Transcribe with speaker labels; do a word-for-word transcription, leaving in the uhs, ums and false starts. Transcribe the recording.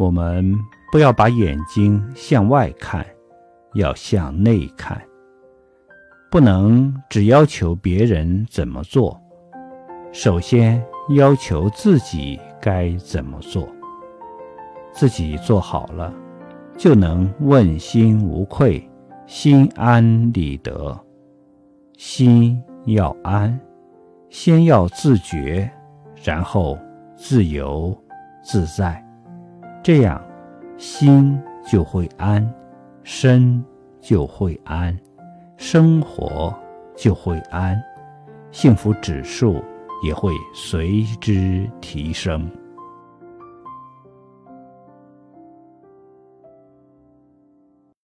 Speaker 1: 我们不要把眼睛向外看，要向内看，不能只要求别人怎么做，首先要求自己该怎么做。自己做好了，就能问心无愧，心安理得。心要安，先要自觉，然后自由自在，这样心就会安，身就会安，生活就会安，幸福指数也会随之提升。